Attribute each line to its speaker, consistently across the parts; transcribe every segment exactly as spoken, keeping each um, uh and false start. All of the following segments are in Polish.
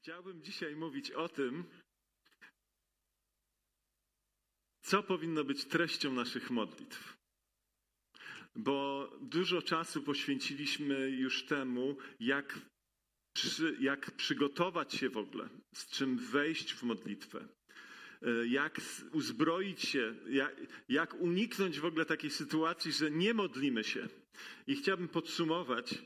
Speaker 1: Chciałbym dzisiaj mówić o tym, co powinno być treścią naszych modlitw. Bo dużo czasu poświęciliśmy już temu, jak, przy, jak przygotować się w ogóle, z czym wejść w modlitwę, jak uzbroić się, jak, jak uniknąć w ogóle takiej sytuacji, że nie modlimy się. I chciałbym podsumować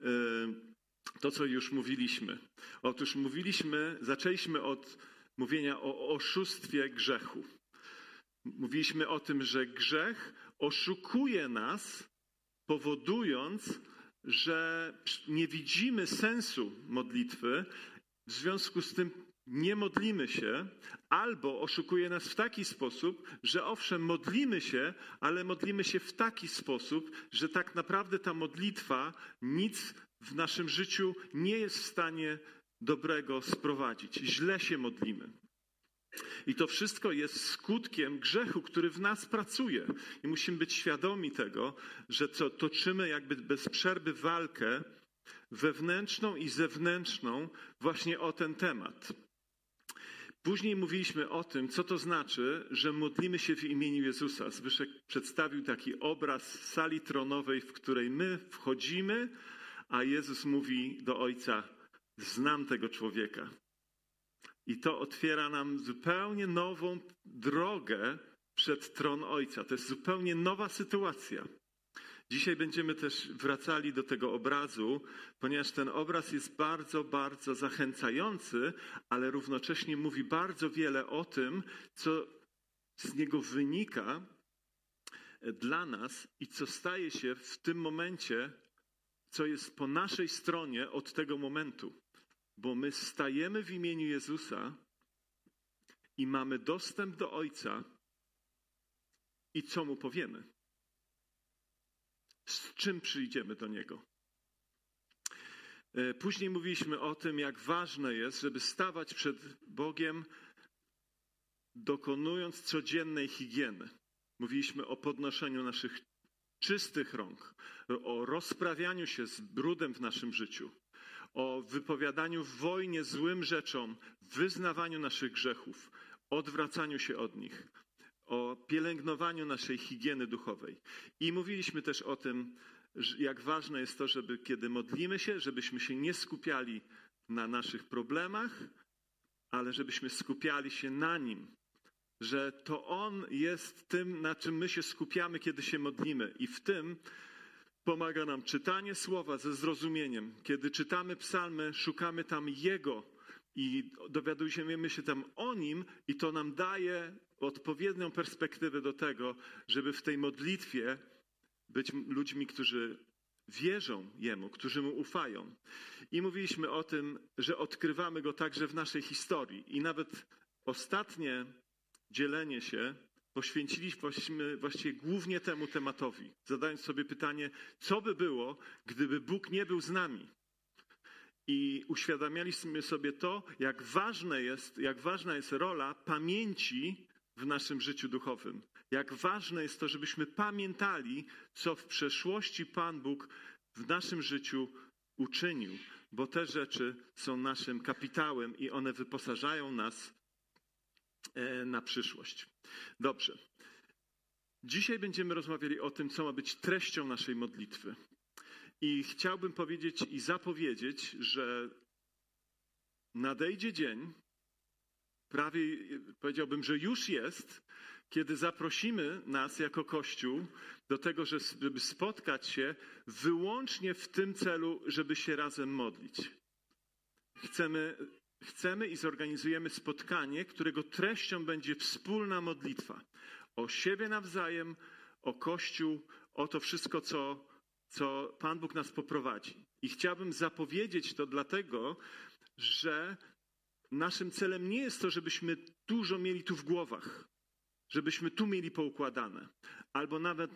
Speaker 1: to, co już mówiliśmy. Otóż mówiliśmy, zaczęliśmy od mówienia o oszustwie grzechu. Mówiliśmy o tym, że grzech oszukuje nas, powodując, że nie widzimy sensu modlitwy, w związku z tym nie modlimy się, albo oszukuje nas w taki sposób, że owszem, modlimy się, ale modlimy się w taki sposób, że tak naprawdę ta modlitwa nic w naszym życiu nie jest w stanie dobrego sprowadzić. Źle się modlimy. I to wszystko jest skutkiem grzechu, który w nas pracuje. I musimy być świadomi tego, że to, toczymy jakby bez przerwy walkę wewnętrzną i zewnętrzną właśnie o ten temat. Później mówiliśmy o tym, co to znaczy, że modlimy się w imieniu Jezusa. Zbyszek przedstawił taki obraz sali tronowej, w której my wchodzimy, a Jezus mówi do Ojca: znam tego człowieka. I to otwiera nam zupełnie nową drogę przed tron Ojca. To jest zupełnie nowa sytuacja. Dzisiaj będziemy też wracali do tego obrazu, ponieważ ten obraz jest bardzo, bardzo zachęcający, ale równocześnie mówi bardzo wiele o tym, co z niego wynika dla nas i co staje się w tym momencie, co jest po naszej stronie od tego momentu. Bo my stajemy w imieniu Jezusa i mamy dostęp do Ojca i co Mu powiemy? Z czym przyjdziemy do Niego? Później mówiliśmy o tym, jak ważne jest, żeby stawać przed Bogiem, dokonując codziennej higieny. Mówiliśmy o podnoszeniu naszych czystych rąk, o rozprawianiu się z brudem w naszym życiu, o wypowiadaniu w wojnie złym rzeczom, wyznawaniu naszych grzechów, odwracaniu się od nich, o pielęgnowaniu naszej higieny duchowej. I mówiliśmy też o tym, jak ważne jest to, żeby kiedy modlimy się, żebyśmy się nie skupiali na naszych problemach, ale żebyśmy skupiali się na Nim. Że to On jest tym, na czym my się skupiamy, kiedy się modlimy. I w tym pomaga nam czytanie słowa ze zrozumieniem. Kiedy czytamy psalmy, szukamy tam Jego i dowiadujemy się tam o Nim i to nam daje odpowiednią perspektywę do tego, żeby w tej modlitwie być ludźmi, którzy wierzą Jemu, którzy Mu ufają. I mówiliśmy o tym, że odkrywamy Go także w naszej historii. I nawet ostatnie dzielenie się poświęciliśmy właściwie głównie temu tematowi, zadając sobie pytanie, co by było, gdyby Bóg nie był z nami. I uświadamialiśmy sobie to, jak ważne jest, jak ważna jest rola pamięci w naszym życiu duchowym. Jak ważne jest to, żebyśmy pamiętali, co w przeszłości Pan Bóg w naszym życiu uczynił, bo te rzeczy są naszym kapitałem i one wyposażają nas na przyszłość. Dobrze. Dzisiaj będziemy rozmawiali o tym, co ma być treścią naszej modlitwy. I chciałbym powiedzieć i zapowiedzieć, że nadejdzie dzień, prawie powiedziałbym, że już jest, kiedy zaprosimy nas jako Kościół do tego, żeby spotkać się wyłącznie w tym celu, żeby się razem modlić. Chcemy Chcemy i zorganizujemy spotkanie, którego treścią będzie wspólna modlitwa. O siebie nawzajem, o Kościół, o to wszystko, co, co Pan Bóg nas poprowadzi. I chciałbym zapowiedzieć to dlatego, że naszym celem nie jest to, żebyśmy dużo mieli tu w głowach, żebyśmy tu mieli poukładane, albo nawet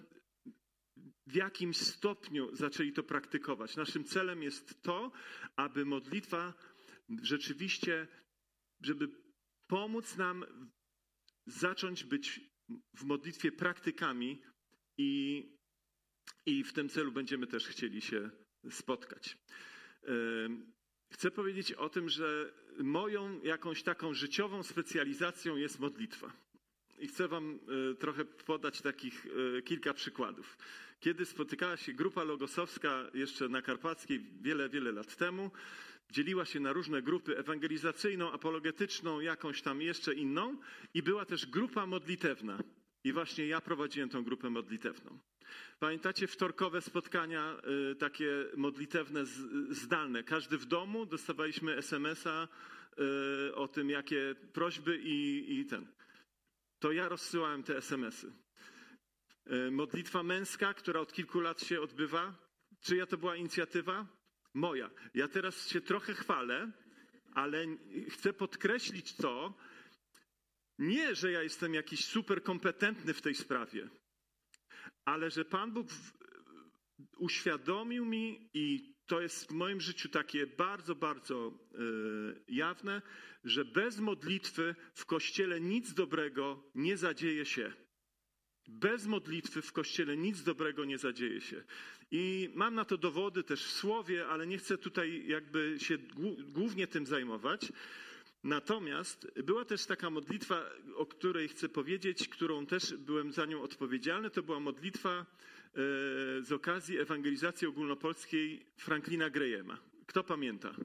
Speaker 1: w jakimś stopniu zaczęli to praktykować. Naszym celem jest to, aby modlitwa rzeczywiście, żeby pomóc nam zacząć być w modlitwie praktykami i, i w tym celu będziemy też chcieli się spotkać. chcę powiedzieć o tym, że moją jakąś taką życiową specjalizacją jest modlitwa. I chcę wam trochę podać takich kilka przykładów. Kiedy spotykała się grupa logosowska jeszcze na Karpackiej wiele, wiele lat temu, dzieliła się na różne grupy ewangelizacyjną, apologetyczną, jakąś tam jeszcze inną i była też grupa modlitewna. I właśnie ja prowadziłem tę grupę modlitewną. Pamiętacie wtorkowe spotkania y, takie modlitewne z, zdalne? Każdy w domu dostawaliśmy es em es a y, o tym, jakie prośby i, i ten. To ja rozsyłałem te es em es y. y. Modlitwa męska, która od kilku lat się odbywa. Czyja to była inicjatywa? Moja. Ja teraz się trochę chwalę, ale chcę podkreślić to, nie, że ja jestem jakiś super kompetentny w tej sprawie, ale że Pan Bóg uświadomił mi, i to jest w moim życiu takie bardzo, bardzo yy, jawne, że bez modlitwy w Kościele nic dobrego nie zadzieje się. Bez modlitwy w Kościele nic dobrego nie zadzieje się. I mam na to dowody też w Słowie, ale nie chcę tutaj jakby się głównie tym zajmować. Natomiast była też taka modlitwa, o której chcę powiedzieć, którą też byłem za nią odpowiedzialny. To była modlitwa z okazji ewangelizacji ogólnopolskiej Franklina Grahama. Kto pamięta?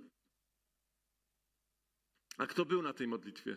Speaker 1: A kto był na tej modlitwie?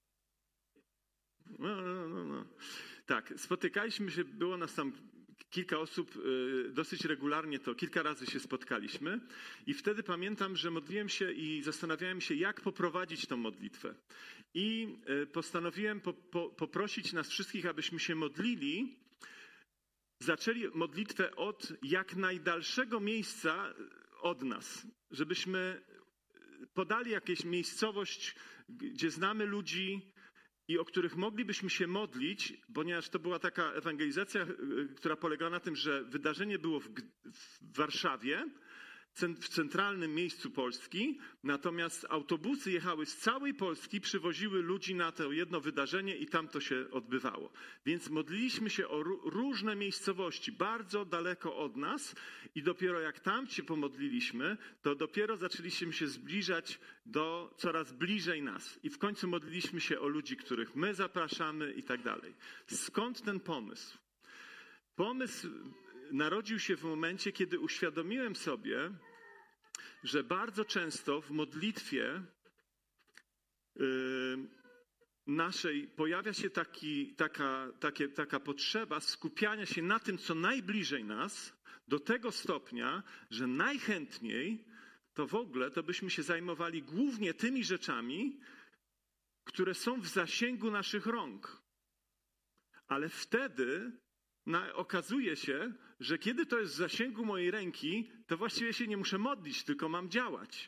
Speaker 1: No, no, no, no. Tak, spotykaliśmy się, było nas tam kilka osób, dosyć regularnie to, kilka razy się spotkaliśmy i wtedy pamiętam, że modliłem się i zastanawiałem się, jak poprowadzić tą modlitwę. I postanowiłem po, po, poprosić nas wszystkich, abyśmy się modlili, zaczęli modlitwę od jak najdalszego miejsca od nas, żebyśmy podali jakąś miejscowość, gdzie znamy ludzi, i o których moglibyśmy się modlić, ponieważ to była taka ewangelizacja, która polegała na tym, że wydarzenie było w, w Warszawie, w centralnym miejscu Polski, natomiast autobusy jechały z całej Polski, przywoziły ludzi na to jedno wydarzenie i tam to się odbywało. Więc modliliśmy się o różne miejscowości, bardzo daleko od nas i dopiero jak tam się pomodliliśmy, to dopiero zaczęliśmy się zbliżać do coraz bliżej nas. I w końcu modliliśmy się o ludzi, których my zapraszamy i tak dalej. Skąd ten pomysł? Pomysł narodził się w momencie, kiedy uświadomiłem sobie, że bardzo często w modlitwie yy, naszej pojawia się taki, taka, takie, taka potrzeba skupiania się na tym, co najbliżej nas, do tego stopnia, że najchętniej to w ogóle to byśmy się zajmowali głównie tymi rzeczami, które są w zasięgu naszych rąk. Ale wtedy Na, okazuje się, że kiedy to jest w zasięgu mojej ręki, to właściwie się nie muszę modlić, tylko mam działać.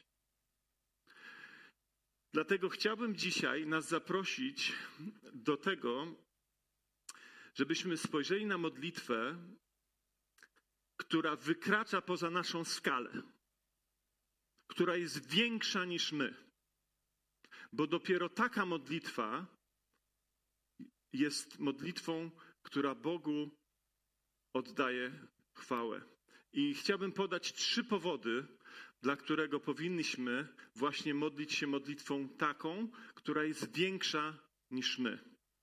Speaker 1: Dlatego chciałbym dzisiaj nas zaprosić do tego, żebyśmy spojrzeli na modlitwę, która wykracza poza naszą skalę, która jest większa niż my. Bo dopiero taka modlitwa jest modlitwą, która Bogu oddaje chwałę. I chciałbym podać trzy powody, dla którego powinniśmy właśnie modlić się modlitwą taką, która jest większa niż my.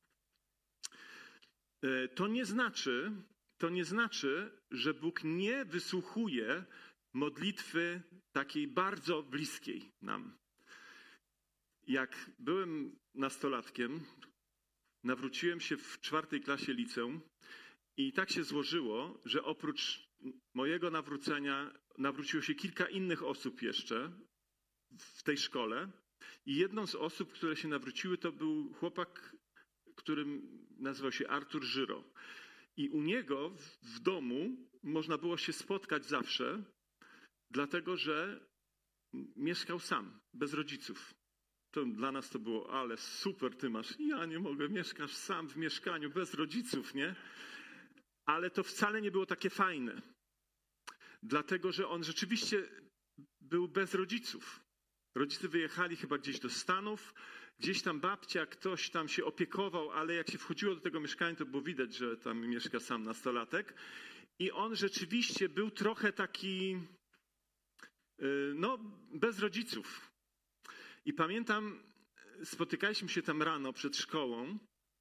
Speaker 1: To nie znaczy, to nie znaczy, że Bóg nie wysłuchuje modlitwy takiej bardzo bliskiej nam. Jak byłem nastolatkiem, nawróciłem się w czwartej klasie liceum i tak się złożyło, że oprócz mojego nawrócenia nawróciło się kilka innych osób jeszcze w tej szkole. I jedną z osób, które się nawróciły, to był chłopak, którym nazywał się Artur Żyro. I u niego w domu można było się spotkać zawsze, dlatego że mieszkał sam, bez rodziców. To dla nas to było, ale super, ty masz, ja nie mogę, mieszkasz sam w mieszkaniu, bez rodziców, nie? Ale to wcale nie było takie fajne, dlatego że on rzeczywiście był bez rodziców. Rodzice wyjechali chyba gdzieś do Stanów, gdzieś tam babcia, ktoś tam się opiekował, ale jak się wchodziło do tego mieszkania, to było widać, że tam mieszka sam nastolatek. I on rzeczywiście był trochę taki, no, bez rodziców. I pamiętam, spotykaliśmy się tam rano przed szkołą.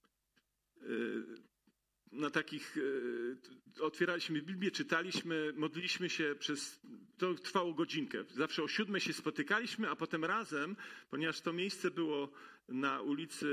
Speaker 1: Na takich, otwieraliśmy Biblię, czytaliśmy, modliliśmy się przez, to trwało godzinkę. Zawsze o siódmej się spotykaliśmy, a potem razem, ponieważ to miejsce było na ulicy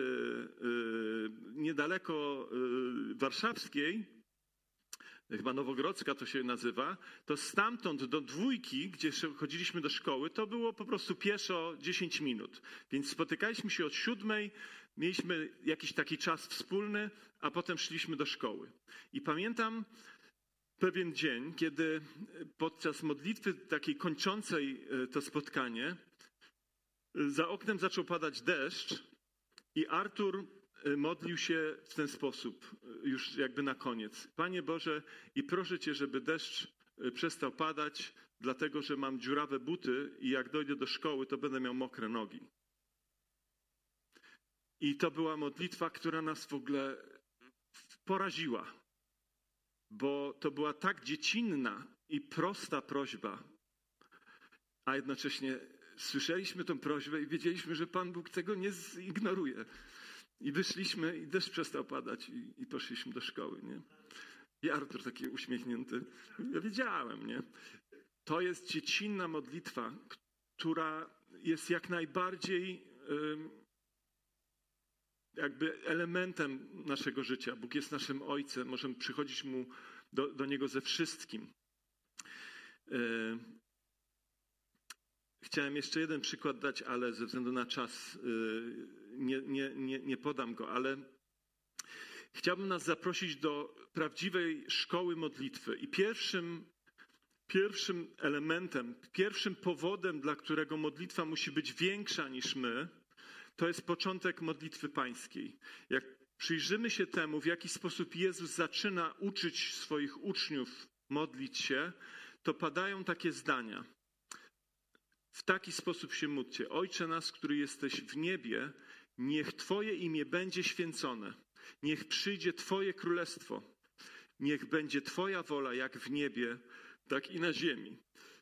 Speaker 1: niedaleko warszawskiej, chyba Nowogrodzka to się nazywa, to stamtąd do Dwójki, gdzie chodziliśmy do szkoły, to było po prostu pieszo dziesięć minut. Więc spotykaliśmy się od siódmej, mieliśmy jakiś taki czas wspólny, a potem szliśmy do szkoły. I pamiętam pewien dzień, kiedy podczas modlitwy takiej kończącej to spotkanie, za oknem zaczął padać deszcz i Artur modlił się w ten sposób, już jakby na koniec. Panie Boże, i proszę Cię, żeby deszcz przestał padać, dlatego że mam dziurawe buty i jak dojdę do szkoły, to będę miał mokre nogi. I to była modlitwa, która nas w ogóle poraziła, bo to była tak dziecinna i prosta prośba, a jednocześnie słyszeliśmy tę prośbę i wiedzieliśmy, że Pan Bóg tego nie zignoruje. I wyszliśmy i deszcz przestał padać i, i poszliśmy do szkoły, nie? I Artur taki uśmiechnięty. Ja wiedziałem, nie? To jest dziecinna modlitwa, która jest jak najbardziej um, jakby elementem naszego życia. Bóg jest naszym Ojcem, możemy przychodzić Mu do, do Niego ze wszystkim. Um, Chciałem jeszcze jeden przykład dać, ale ze względu na czas nie, nie, nie, nie podam go, ale chciałbym nas zaprosić do prawdziwej szkoły modlitwy. I pierwszym, pierwszym elementem, pierwszym powodem, dla którego modlitwa musi być większa niż my, to jest początek modlitwy pańskiej. Jak przyjrzymy się temu, w jaki sposób Jezus zaczyna uczyć swoich uczniów modlić się, to padają takie zdania. W taki sposób się módlcie. Ojcze nasz, który jesteś w niebie, niech Twoje imię będzie święcone. Niech przyjdzie Twoje królestwo. Niech będzie Twoja wola jak w niebie, tak i na ziemi.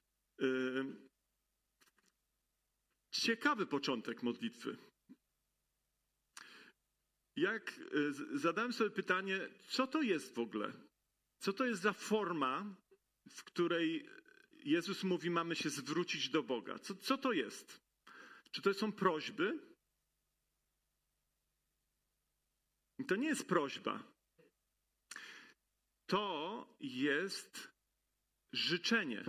Speaker 1: Ciekawy początek modlitwy. Jak zadałem sobie pytanie, co to jest w ogóle? Co to jest za forma, w której Jezus mówi, mamy się zwrócić do Boga. Co, co to jest? Czy to są prośby? To nie jest prośba. To jest życzenie.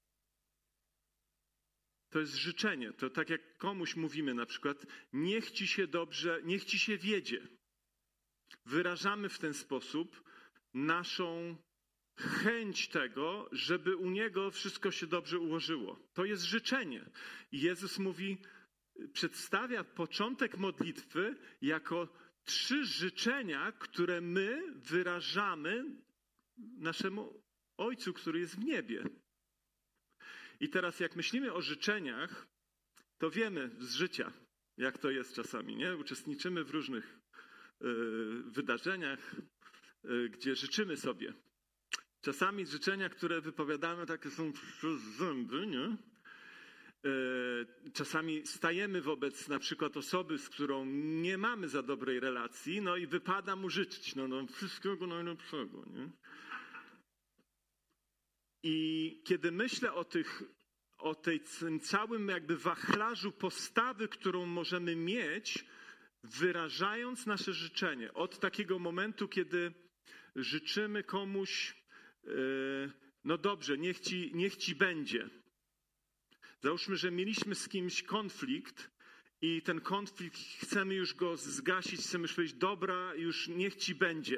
Speaker 1: To jest życzenie. To tak jak komuś mówimy na przykład, niech ci się dobrze, niech ci się wiedzie. Wyrażamy w ten sposób naszą chęć tego, żeby u Niego wszystko się dobrze ułożyło. To jest życzenie. I Jezus mówi, przedstawia początek modlitwy jako trzy życzenia, które my wyrażamy naszemu Ojcu, który jest w niebie. I teraz jak myślimy o życzeniach, to wiemy z życia, jak to jest czasami, nie? Uczestniczymy w różnych y, wydarzeniach, y, gdzie życzymy sobie. Czasami życzenia, które wypowiadamy, takie są przez zęby, nie? Czasami stajemy wobec na przykład osoby, z którą nie mamy za dobrej relacji, no i wypada mu życzyć, no, no wszystkiego najlepszego, nie? I kiedy myślę o tych, o tej, tym całym jakby wachlarzu postawy, którą możemy mieć, wyrażając nasze życzenie, od takiego momentu, kiedy życzymy komuś, no dobrze, niech ci, niech ci będzie. Załóżmy, że mieliśmy z kimś konflikt i ten konflikt chcemy już go zgasić, chcemy już powiedzieć, dobra, już niech ci będzie.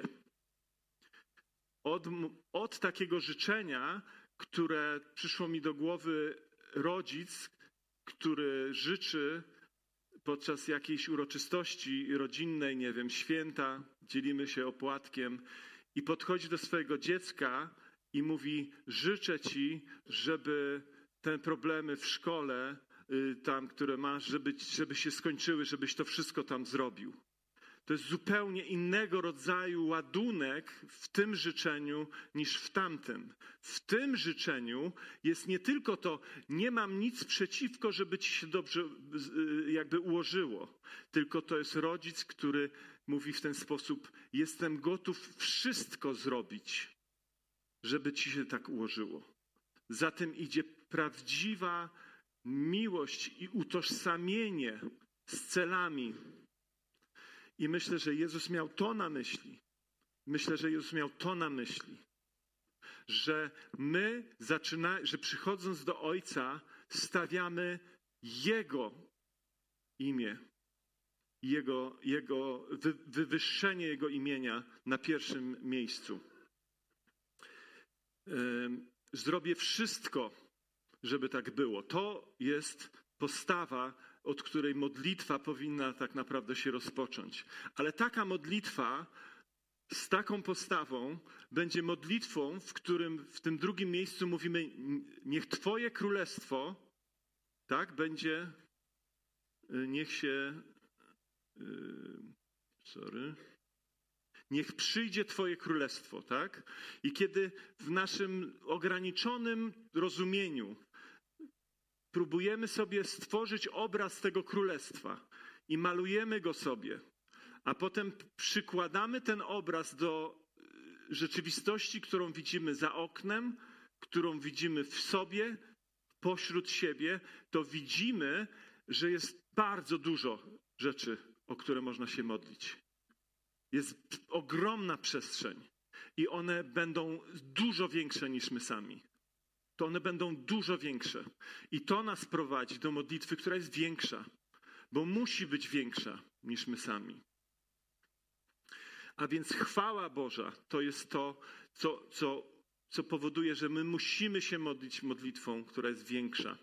Speaker 1: Od, od takiego życzenia, które przyszło mi do głowy, rodzic, który życzy podczas jakiejś uroczystości rodzinnej, nie wiem, święta, dzielimy się opłatkiem i podchodzi do swojego dziecka i mówi, życzę ci, żeby te problemy w szkole, tam, które masz, żeby, żeby się skończyły, żebyś to wszystko tam zrobił. To jest zupełnie innego rodzaju ładunek w tym życzeniu niż w tamtym. W tym życzeniu jest nie tylko to, nie mam nic przeciwko, żeby ci się dobrze jakby ułożyło, tylko to jest rodzic, który mówi w ten sposób, jestem gotów wszystko zrobić, żeby ci się tak ułożyło. Za tym idzie prawdziwa miłość i utożsamienie z celami. I myślę, że Jezus miał to na myśli. Myślę, że Jezus miał to na myśli. Że my, zaczyna, że przychodząc do Ojca, stawiamy Jego imię. Jego, jego wy, wywyższenie Jego imienia na pierwszym miejscu. Zrobię wszystko, żeby tak było. To jest postawa, od której modlitwa powinna tak naprawdę się rozpocząć. Ale taka modlitwa z taką postawą będzie modlitwą, w którym w tym drugim miejscu mówimy, niech Twoje królestwo, tak, będzie, niech się, yy, sorry, niech przyjdzie Twoje królestwo, tak? I kiedy w naszym ograniczonym rozumieniu próbujemy sobie stworzyć obraz tego królestwa i malujemy go sobie, a potem przykładamy ten obraz do rzeczywistości, którą widzimy za oknem, którą widzimy w sobie, pośród siebie, to widzimy, że jest bardzo dużo rzeczy, o które można się modlić. Jest ogromna przestrzeń i one będą dużo większe niż my sami. To one będą dużo większe. I to nas prowadzi do modlitwy, która jest większa, bo musi być większa niż my sami. A więc chwała Boża to jest to, co, co, co powoduje, że my musimy się modlić modlitwą, która jest większa.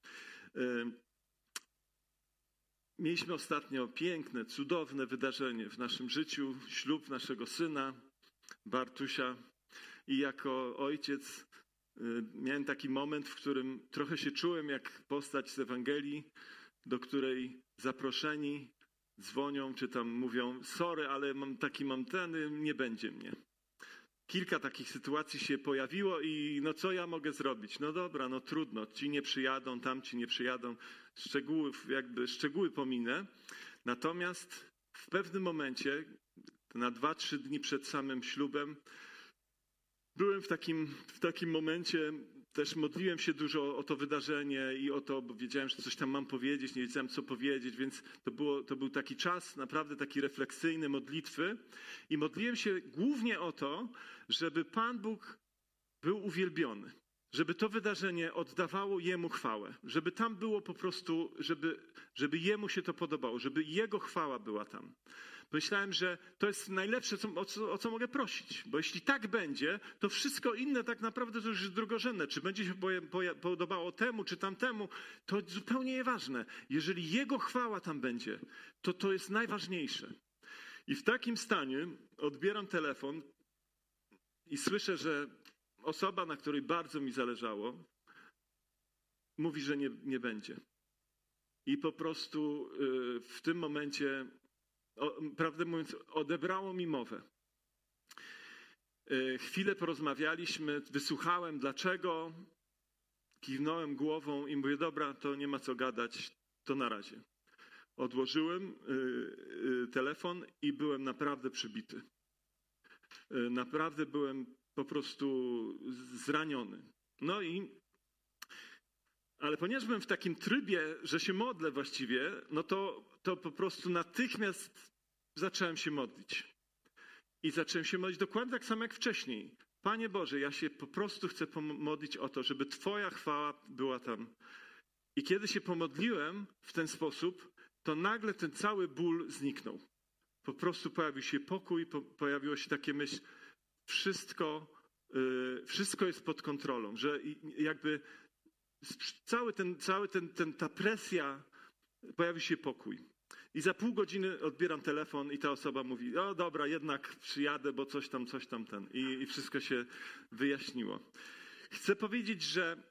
Speaker 1: Mieliśmy ostatnio piękne, cudowne wydarzenie w naszym życiu, ślub naszego syna, Bartusia. I jako ojciec miałem taki moment, w którym trochę się czułem jak postać z Ewangelii, do której zaproszeni dzwonią, czy tam mówią, sorry, ale mam taki mam ten, nie będzie mnie. Kilka takich sytuacji się pojawiło i no co ja mogę zrobić? No dobra, no trudno, ci nie przyjadą, tamci nie przyjadą, szczegóły, jakby szczegóły pominę. Natomiast w pewnym momencie, na dwa, trzy dni przed samym ślubem, byłem w takim, w takim momencie, też modliłem się dużo o to wydarzenie i o to, bo wiedziałem, że coś tam mam powiedzieć, nie wiedziałem, co powiedzieć, więc to, było, to był taki czas naprawdę taki refleksyjny modlitwy i modliłem się głównie o to, żeby Pan Bóg był uwielbiony, żeby to wydarzenie oddawało Jemu chwałę, żeby tam było po prostu, żeby, żeby Jemu się to podobało, żeby Jego chwała była tam. Myślałem, że to jest najlepsze, co, o, co, o co mogę prosić, bo jeśli tak będzie, to wszystko inne tak naprawdę to już jest drugorzędne. Czy będzie się podobało temu, czy tamtemu, to zupełnie nieważne. Jeżeli Jego chwała tam będzie, to to jest najważniejsze. I w takim stanie odbieram telefon i słyszę, że osoba, na której bardzo mi zależało, mówi, że nie, nie będzie. I po prostu yy, w tym momencie, o, prawdę mówiąc, odebrało mi mowę. Yy, chwilę porozmawialiśmy, wysłuchałem dlaczego, kiwnąłem głową i mówię, dobra, to nie ma co gadać, to na razie. Odłożyłem yy, yy, telefon i byłem naprawdę przybity. Yy, naprawdę byłem po prostu zraniony. No i, ale ponieważ byłem w takim trybie, że się modlę właściwie, no to, to po prostu natychmiast zacząłem się modlić. I zacząłem się modlić dokładnie tak samo jak wcześniej. Panie Boże, ja się po prostu chcę pomodlić o to, żeby Twoja chwała była tam. I kiedy się pomodliłem w ten sposób, to nagle ten cały ból zniknął. Po prostu pojawił się pokój, po, pojawiło się takie myśl, wszystko, yy, wszystko jest pod kontrolą, że jakby cały ten, cały ten, ten, ta presja, pojawi się pokój. I za pół godziny odbieram telefon i ta osoba mówi, o dobra, jednak przyjadę, bo coś tam, coś tam ten. I, i wszystko się wyjaśniło. Chcę powiedzieć, że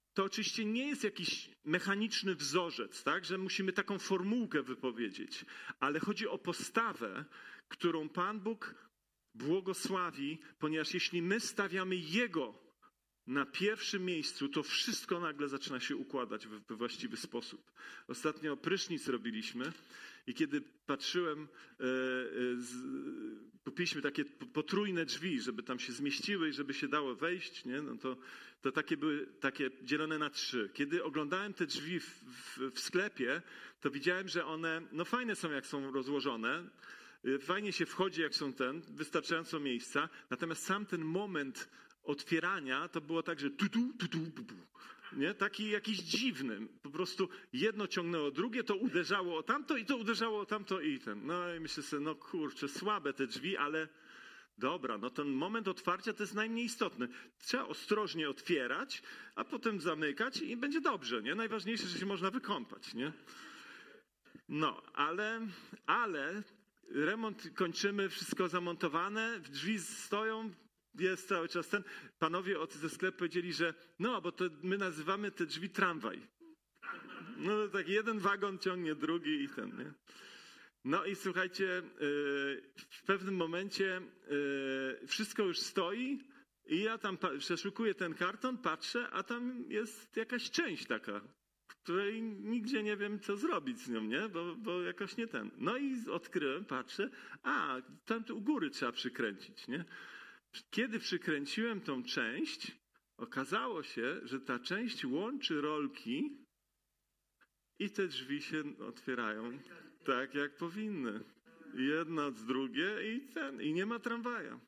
Speaker 1: to oczywiście nie jest jakiś mechaniczny wzorzec, tak, że musimy taką formułkę wypowiedzieć, ale chodzi o postawę, którą Pan Bóg błogosławi, ponieważ jeśli my stawiamy Jego na pierwszym miejscu, to wszystko nagle zaczyna się układać we właściwy sposób. Ostatnio prysznic robiliśmy i kiedy patrzyłem, e, e, z, kupiliśmy takie potrójne drzwi, żeby tam się zmieściły i żeby się dało wejść, nie? No to, to takie były takie dzielone na trzy. Kiedy oglądałem te drzwi w, w, w sklepie, to widziałem, że one no fajne są, jak są rozłożone. Fajnie się wchodzi, jak są ten, wystarczająco miejsca. Natomiast sam ten moment otwierania to było tak, że tu, tu, tu, tu, tu, tu. Nie? Taki jakiś dziwny. Po prostu jedno ciągnęło drugie, to uderzało o tamto i to uderzało o tamto i ten. No i myślę sobie, no kurczę, słabe te drzwi, ale dobra, no ten moment otwarcia to jest najmniej istotny. Trzeba ostrożnie otwierać, a potem zamykać i będzie dobrze, nie? Najważniejsze, że się można wykąpać, nie? No, ale, ale remont kończymy, wszystko zamontowane, drzwi stoją, jest cały czas ten. Panowie od ze sklepu powiedzieli, że no, bo to my nazywamy te drzwi tramwaj. No tak jeden wagon ciągnie drugi i ten, nie? No i słuchajcie, w pewnym momencie wszystko już stoi i ja tam przeszukuję ten karton, patrzę, a tam jest jakaś część taka, której nigdzie nie wiem, co zrobić z nią, nie? Bo, bo jakoś nie ten. No i odkryłem, patrzę, a tam u góry trzeba przykręcić, nie? Kiedy przykręciłem tą część, okazało się, że ta część łączy rolki i te drzwi się otwierają tak, jak powinny. Jedna z drugie i ten, i nie ma tramwaja.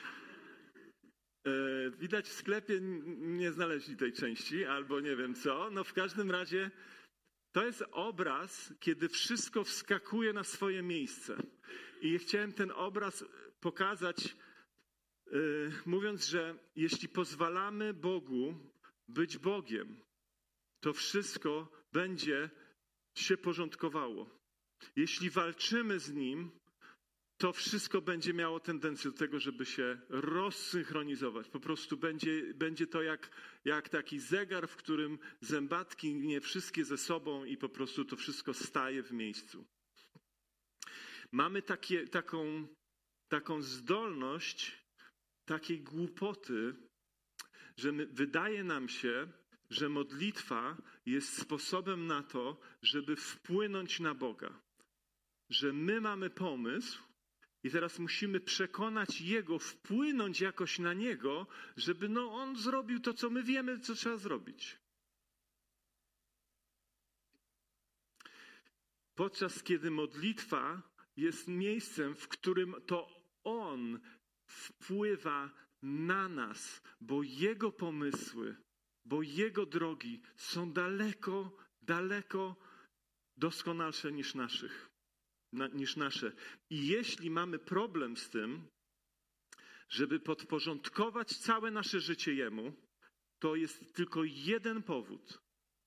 Speaker 1: E, widać w sklepie nie znaleźli tej części, albo nie wiem co. No w każdym razie to jest obraz, kiedy wszystko wskakuje na swoje miejsce. I chciałem ten obraz pokazać, Yy, mówiąc, że jeśli pozwalamy Bogu być Bogiem, to wszystko będzie się porządkowało. Jeśli walczymy z Nim, to wszystko będzie miało tendencję do tego, żeby się rozsynchronizować. Po prostu będzie, będzie to jak, jak taki zegar, w którym zębatki nie wszystkie ze sobą i po prostu to wszystko staje w miejscu. Mamy takie, taką, taką zdolność takiej głupoty, że my, wydaje nam się, że modlitwa jest sposobem na to, żeby wpłynąć na Boga. Że my mamy pomysł i teraz musimy przekonać Jego, wpłynąć jakoś na Niego, żeby no, On zrobił to, co my wiemy, co trzeba zrobić. Podczas kiedy modlitwa jest miejscem, w którym to On wpływa na nas, bo Jego pomysły, bo Jego drogi są daleko, daleko doskonalsze niż naszych, na, niż nasze. I jeśli mamy problem z tym, żeby podporządkować całe nasze życie Jemu, to jest tylko jeden powód.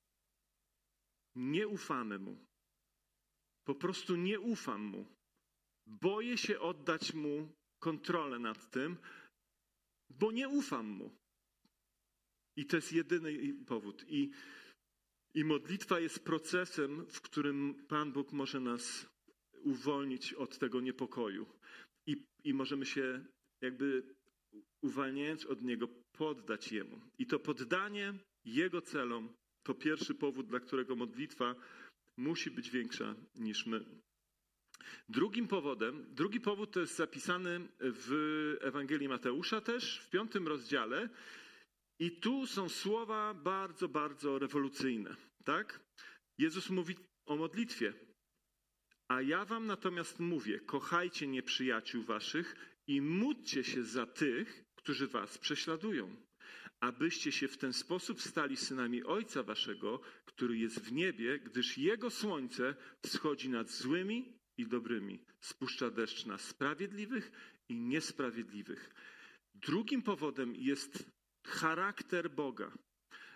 Speaker 1: Nie ufamy Mu. Po prostu nie ufam Mu. Boję się oddać Mu kontrolę nad tym, bo nie ufam Mu. I to jest jedyny powód. I, i modlitwa jest procesem, w którym Pan Bóg może nas uwolnić od tego niepokoju. I, i możemy się jakby uwalniając od Niego poddać Jemu. I to poddanie Jego celom to pierwszy powód, dla którego modlitwa musi być większa niż my. Drugim powodem, drugi powód to jest zapisany w Ewangelii Mateusza też, w piątym rozdziale. I tu są słowa bardzo, bardzo rewolucyjne. Tak? Jezus mówi o modlitwie. A ja wam natomiast mówię, kochajcie nieprzyjaciół waszych i módlcie się za tych, którzy was prześladują, abyście się w ten sposób stali synami Ojca waszego, który jest w niebie, gdyż Jego słońce wschodzi nad złymi i dobrymi. Spuszcza deszcz na sprawiedliwych i niesprawiedliwych. Drugim powodem jest charakter Boga.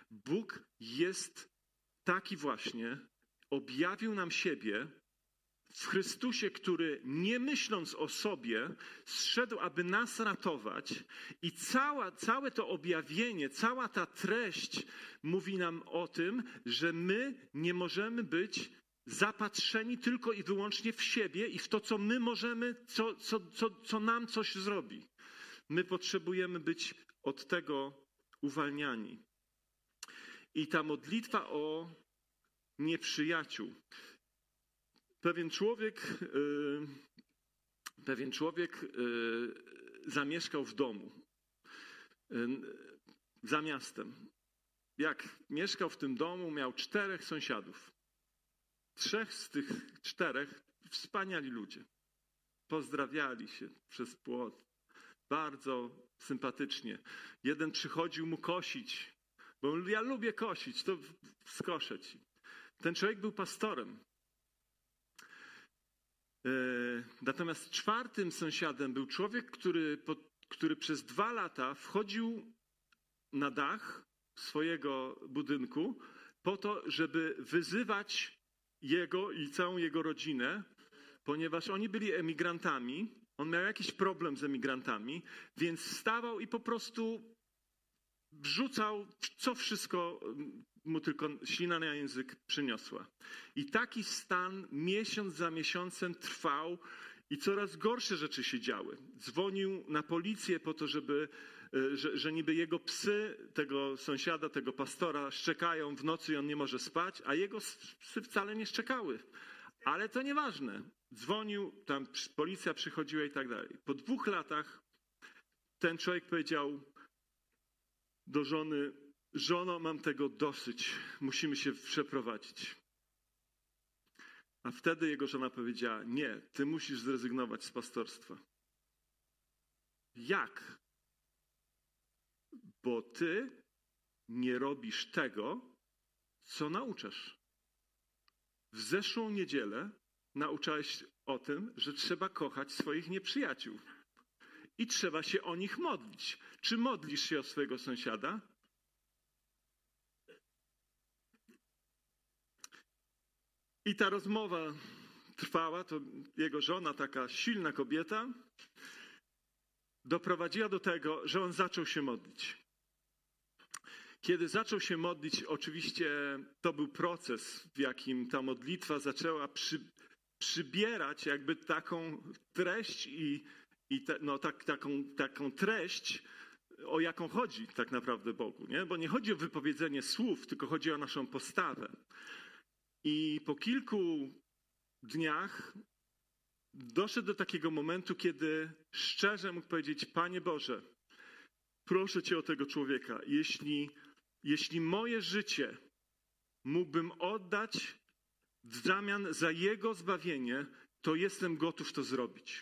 Speaker 1: Bóg jest taki właśnie, objawił nam siebie w Chrystusie, który nie myśląc o sobie, zszedł, aby nas ratować. I cała, całe to objawienie, cała ta treść mówi nam o tym, że my nie możemy być zapatrzeni tylko i wyłącznie w siebie i w to, co my możemy, co, co, co, co nam coś zrobi. My potrzebujemy być od tego uwalniani. I ta modlitwa o nieprzyjaciół. Pewien człowiek, yy, pewien człowiek yy, zamieszkał w domu yy, za miastem. Jak mieszkał w tym domu, miał czterech sąsiadów. Trzech z tych czterech wspaniali ludzie. Pozdrawiali się przez płot. Bardzo sympatycznie. Jeden przychodził mu kosić, bo ja lubię kosić, to skoszę ci. Ten człowiek był pastorem. Natomiast czwartym sąsiadem był człowiek, który, który przez dwa lata wchodził na dach swojego budynku po to, żeby wyzywać jego i całą jego rodzinę, ponieważ oni byli emigrantami. On miał jakiś problem z emigrantami, więc wstawał i po prostu wrzucał, co wszystko mu tylko ślina na język przyniosła. I taki stan miesiąc za miesiącem trwał i coraz gorsze rzeczy się działy. Dzwonił na policję po to, żeby, że, że niby jego psy, tego sąsiada, tego pastora szczekają w nocy i on nie może spać, a jego psy wcale nie szczekały. Ale to nieważne. Dzwonił, tam policja przychodziła i tak dalej. Po dwóch latach ten człowiek powiedział do żony: żono, mam tego dosyć, musimy się przeprowadzić. A wtedy jego żona powiedziała: nie, ty musisz zrezygnować z pastorstwa. Jak? Bo ty nie robisz tego, co nauczasz. W zeszłą niedzielę nauczałeś o tym, że trzeba kochać swoich nieprzyjaciół i trzeba się o nich modlić. Czy modlisz się o swojego sąsiada? I ta rozmowa trwała, to jego żona, taka silna kobieta, doprowadziła do tego, że on zaczął się modlić. Kiedy zaczął się modlić, oczywiście to był proces, w jakim ta modlitwa zaczęła przy, przybierać jakby taką treść i, i te, no, tak, taką, taką treść, o jaką chodzi tak naprawdę Bogu, nie? Bo nie chodzi o wypowiedzenie słów, tylko chodzi o naszą postawę. I po kilku dniach doszedł do takiego momentu, kiedy szczerze mógł powiedzieć: Panie Boże, proszę Cię o tego człowieka. Jeśli, jeśli moje życie mógłbym oddać w zamian za jego zbawienie, to jestem gotów to zrobić.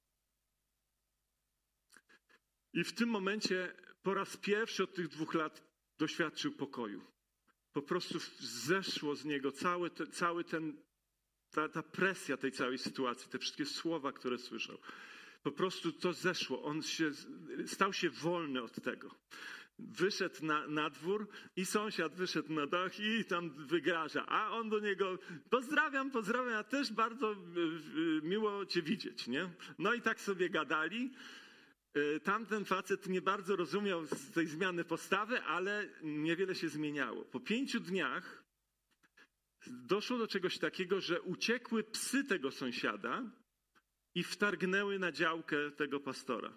Speaker 1: I w tym momencie po raz pierwszy od tych dwóch lat doświadczył pokoju. Po prostu zeszło z niego cały, te, cały ten, ta, ta presja tej całej sytuacji, te wszystkie słowa, które słyszał. Po prostu to zeszło. On się, stał się wolny od tego. Wyszedł na, na dwór i sąsiad wyszedł na dach i tam wygraża. A on do niego: pozdrawiam, pozdrawiam, ja też bardzo miło Cię widzieć, nie? No i tak sobie gadali. Tamten facet nie bardzo rozumiał z tej zmiany postawy, ale niewiele się zmieniało. Po pięciu dniach doszło do czegoś takiego, że uciekły psy tego sąsiada i wtargnęły na działkę tego pastora.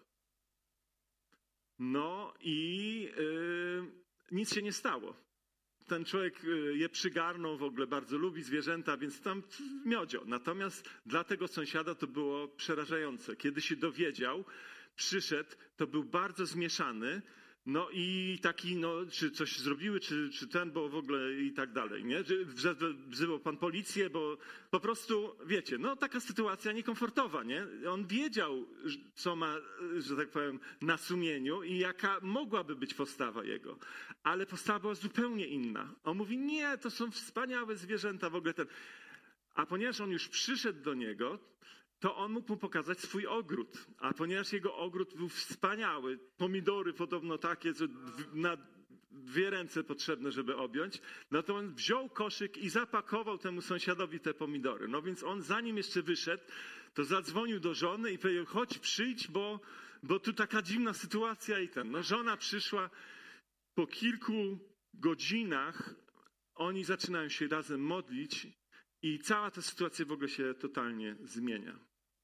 Speaker 1: No i yy, nic się nie stało. Ten człowiek je przygarnął, w ogóle bardzo lubi zwierzęta, więc tam miodzio. Natomiast dla tego sąsiada to było przerażające. Kiedy się dowiedział, przyszedł, to był bardzo zmieszany, no i taki, no, czy coś zrobiły, czy, czy ten, bo w ogóle i tak dalej, nie? Wzywał pan policję, bo po prostu, wiecie, no taka sytuacja niekomfortowa, nie? On wiedział, co ma, że tak powiem, na sumieniu i jaka mogłaby być postawa jego, ale postawa była zupełnie inna. On mówi: nie, to są wspaniałe zwierzęta, w ogóle ten. A ponieważ on już przyszedł do niego, to on mógł mu pokazać swój ogród. A ponieważ jego ogród był wspaniały, pomidory podobno takie, że na dwie ręce potrzebne, żeby objąć. No to on wziął koszyk i zapakował temu sąsiadowi te pomidory. No więc on zanim jeszcze wyszedł, to zadzwonił do żony i powiedział, chodź przyjdź, bo, bo tu taka dziwna sytuacja i ten. No żona przyszła, po kilku godzinach oni zaczynają się razem modlić i cała ta sytuacja w ogóle się totalnie zmienia.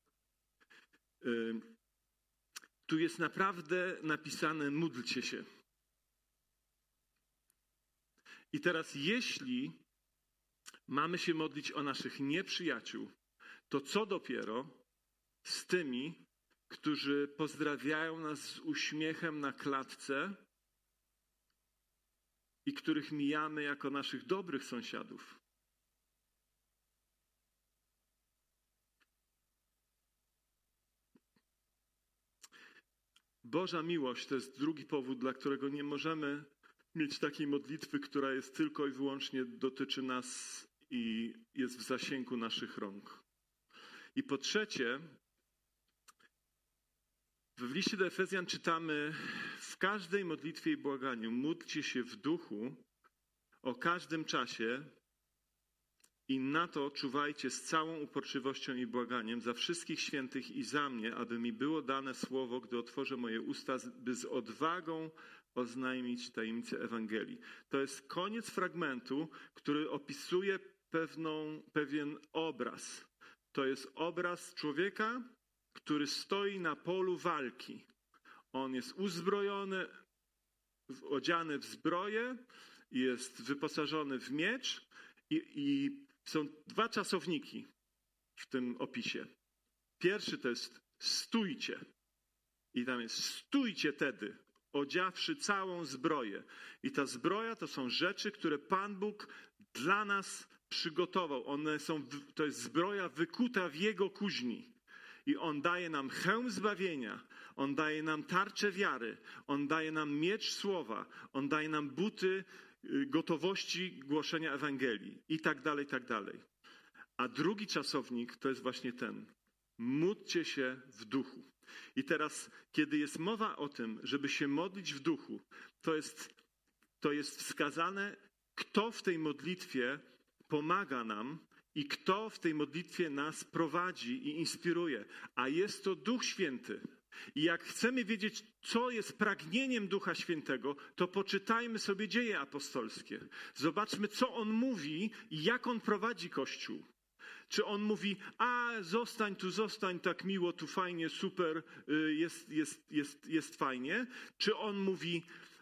Speaker 1: Tu jest naprawdę napisane módlcie się. I teraz jeśli mamy się modlić o naszych nieprzyjaciół, to co dopiero z tymi, którzy pozdrawiają nas z uśmiechem na klatce i których mijamy jako naszych dobrych sąsiadów. Boża miłość to jest drugi powód, dla którego nie możemy mieć takiej modlitwy, która jest tylko i wyłącznie dotyczy nas i jest w zasięgu naszych rąk. I po trzecie, w liście do Efezjan czytamy w każdej modlitwie i błaganiu módlcie się w duchu o każdym czasie i na to czuwajcie z całą uporczywością i błaganiem za wszystkich świętych i za mnie, aby mi było dane słowo, gdy otworzę moje usta, by z odwagą oznajmić tajemnicę Ewangelii. To jest koniec fragmentu, który opisuje pewną, pewien obraz. To jest obraz człowieka, który stoi na polu walki. On jest uzbrojony, odziany w zbroję, jest wyposażony w miecz i, i są dwa czasowniki w tym opisie. Pierwszy to jest stójcie. I tam jest stójcie tedy, odziawszy całą zbroję. I ta zbroja to są rzeczy, które Pan Bóg dla nas przygotował. One są, to jest zbroja wykuta w Jego kuźni. I On daje nam hełm zbawienia, On daje nam tarczę wiary, On daje nam miecz słowa, On daje nam buty gotowości głoszenia Ewangelii i tak dalej, i tak dalej. A drugi czasownik to jest właśnie ten. Módlcie się w duchu. I teraz, kiedy jest mowa o tym, żeby się modlić w duchu, to jest, to jest wskazane, kto w tej modlitwie pomaga nam i kto w tej modlitwie nas prowadzi i inspiruje. A jest to Duch Święty. I jak chcemy wiedzieć, co jest pragnieniem Ducha Świętego, to poczytajmy sobie Dzieje Apostolskie. Zobaczmy, co On mówi i jak On prowadzi Kościół. Czy On mówi, a zostań tu, zostań, tak miło, tu fajnie, super, jest, jest, jest, jest fajnie. Czy On mówi,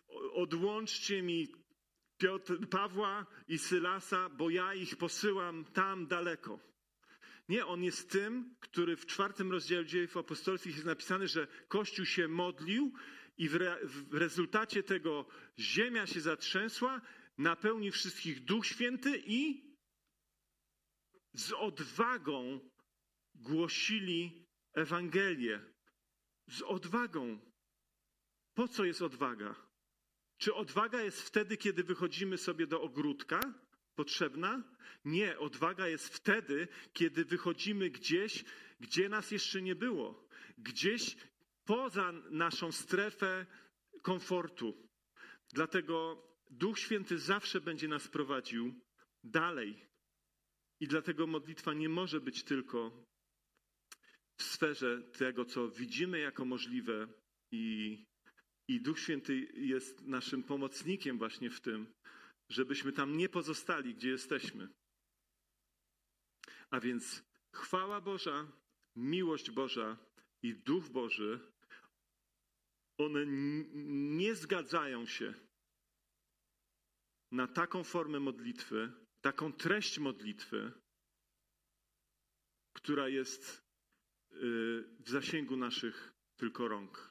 Speaker 1: odłączcie mi Piotr, Pawła i Sylasa, bo ja ich posyłam tam daleko. Nie, On jest tym, który w czwartym rozdziale Dziejów Apostolskich jest napisane, że Kościół się modlił i w, re, w rezultacie tego ziemia się zatrzęsła, napełnił wszystkich Duch Święty i z odwagą głosili Ewangelię. Z odwagą. Po co jest odwaga? Czy odwaga jest wtedy, kiedy wychodzimy sobie do ogródka? Potrzebna? Nie, odwaga jest wtedy, kiedy wychodzimy gdzieś, gdzie nas jeszcze nie było. Gdzieś poza naszą strefę komfortu. Dlatego Duch Święty zawsze będzie nas prowadził dalej. I dlatego modlitwa nie może być tylko w sferze tego, co widzimy jako możliwe i, i Duch Święty jest naszym pomocnikiem właśnie w tym, żebyśmy tam nie pozostali, gdzie jesteśmy. A więc chwała Boża, miłość Boża i Duch Boży, one nie zgadzają się na taką formę modlitwy, taką treść modlitwy, która jest w zasięgu naszych tylko rąk.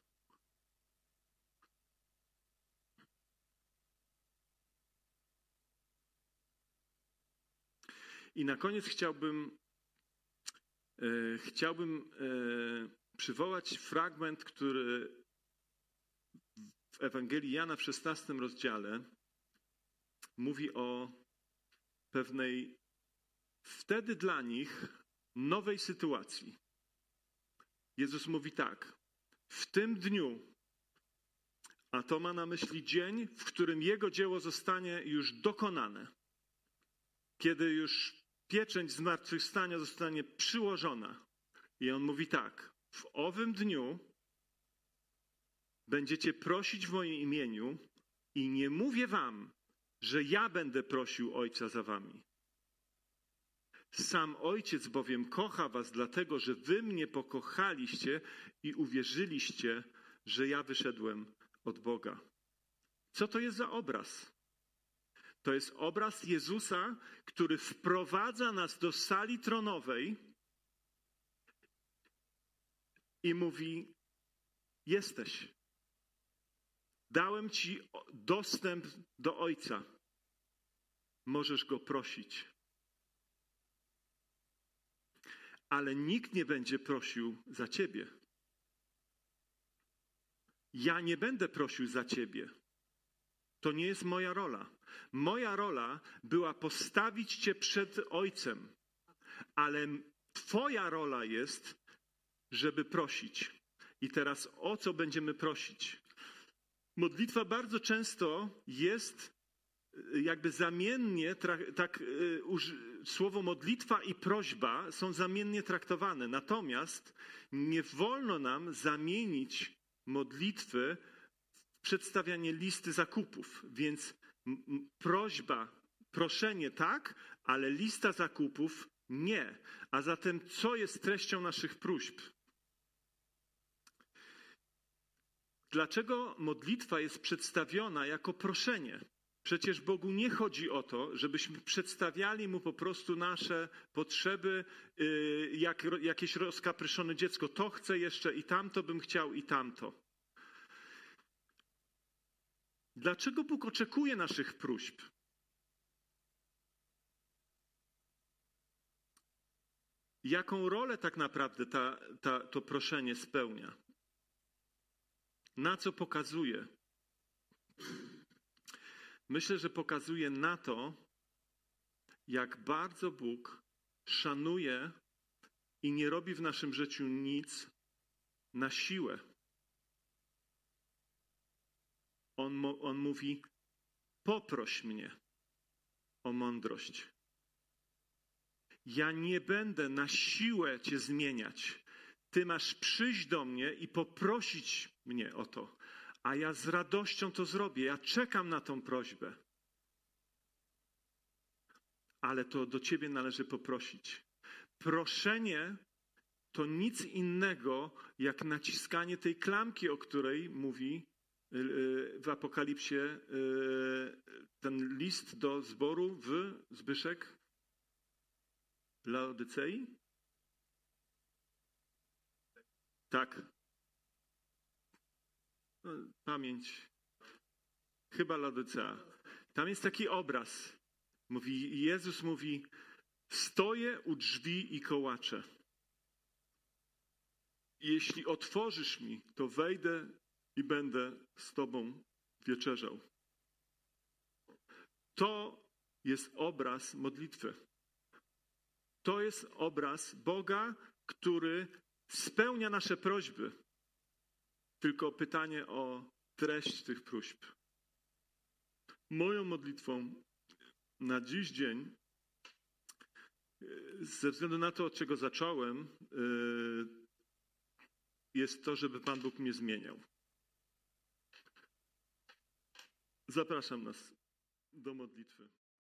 Speaker 1: I na koniec chciałbym, e, chciałbym e, przywołać fragment, który w Ewangelii Jana w szesnastym rozdziale mówi o pewnej wtedy dla nich nowej sytuacji. Jezus mówi tak: w tym dniu, A to ma na myśli dzień, w którym Jego dzieło zostanie już dokonane. Kiedy już pieczęć zmartwychwstania zostanie przyłożona. I on mówi tak, w owym dniu będziecie prosić w moim imieniu i nie mówię wam, że ja będę prosił Ojca za wami. Sam Ojciec bowiem kocha was dlatego, że wy mnie pokochaliście i uwierzyliście, że ja wyszedłem od Boga. Co to jest za obraz? To jest obraz Jezusa, który wprowadza nas do sali tronowej i mówi, jesteś. Dałem ci dostęp do Ojca. Możesz Go prosić. Ale nikt nie będzie prosił za ciebie. Ja nie będę prosił za ciebie. To nie jest moja rola. Moja rola była postawić cię przed Ojcem. Ale twoja rola jest, żeby prosić. I teraz o co będziemy prosić? Modlitwa bardzo często jest jakby zamiennie, tak słowo modlitwa i prośba są zamiennie traktowane. Natomiast nie wolno nam zamienić modlitwy w przedstawianie listy zakupów. Więc prośba, proszenie tak, ale lista zakupów nie. A zatem co jest treścią naszych próśb? Dlaczego modlitwa jest przedstawiona jako proszenie? Przecież Bogu nie chodzi o to, żebyśmy przedstawiali Mu po prostu nasze potrzeby, jak jakieś rozkapryszone dziecko. To chcę jeszcze i tamto bym chciał i tamto. Dlaczego Bóg oczekuje naszych próśb? Jaką rolę tak naprawdę ta, ta, to proszenie spełnia? Na co pokazuje? Myślę, że pokazuje na to, jak bardzo Bóg szanuje i nie robi w naszym życiu nic na siłę. On, on mówi, poproś mnie o mądrość. Ja nie będę na siłę cię zmieniać. Ty masz przyjść do mnie i poprosić mnie o to. A ja z radością to zrobię. Ja czekam na tą prośbę. Ale to do ciebie należy poprosić. Proszenie to nic innego, jak naciskanie tej klamki, o której mówi w Apokalipsie ten list do zboru w Zbyszek Laodycei. Tak. Pamięć. Chyba Laodycea. Tam jest taki obraz. Mówi, Jezus mówi, stoję u drzwi i kołaczę. Jeśli otworzysz mi, to wejdę i będę z tobą wieczerzał. To jest obraz modlitwy. To jest obraz Boga, który spełnia nasze prośby. Tylko pytanie o treść tych próśb. Moją modlitwą na dziś dzień, ze względu na to, od czego zacząłem, jest to, żeby Pan Bóg mnie zmieniał. Zapraszam nas do modlitwy.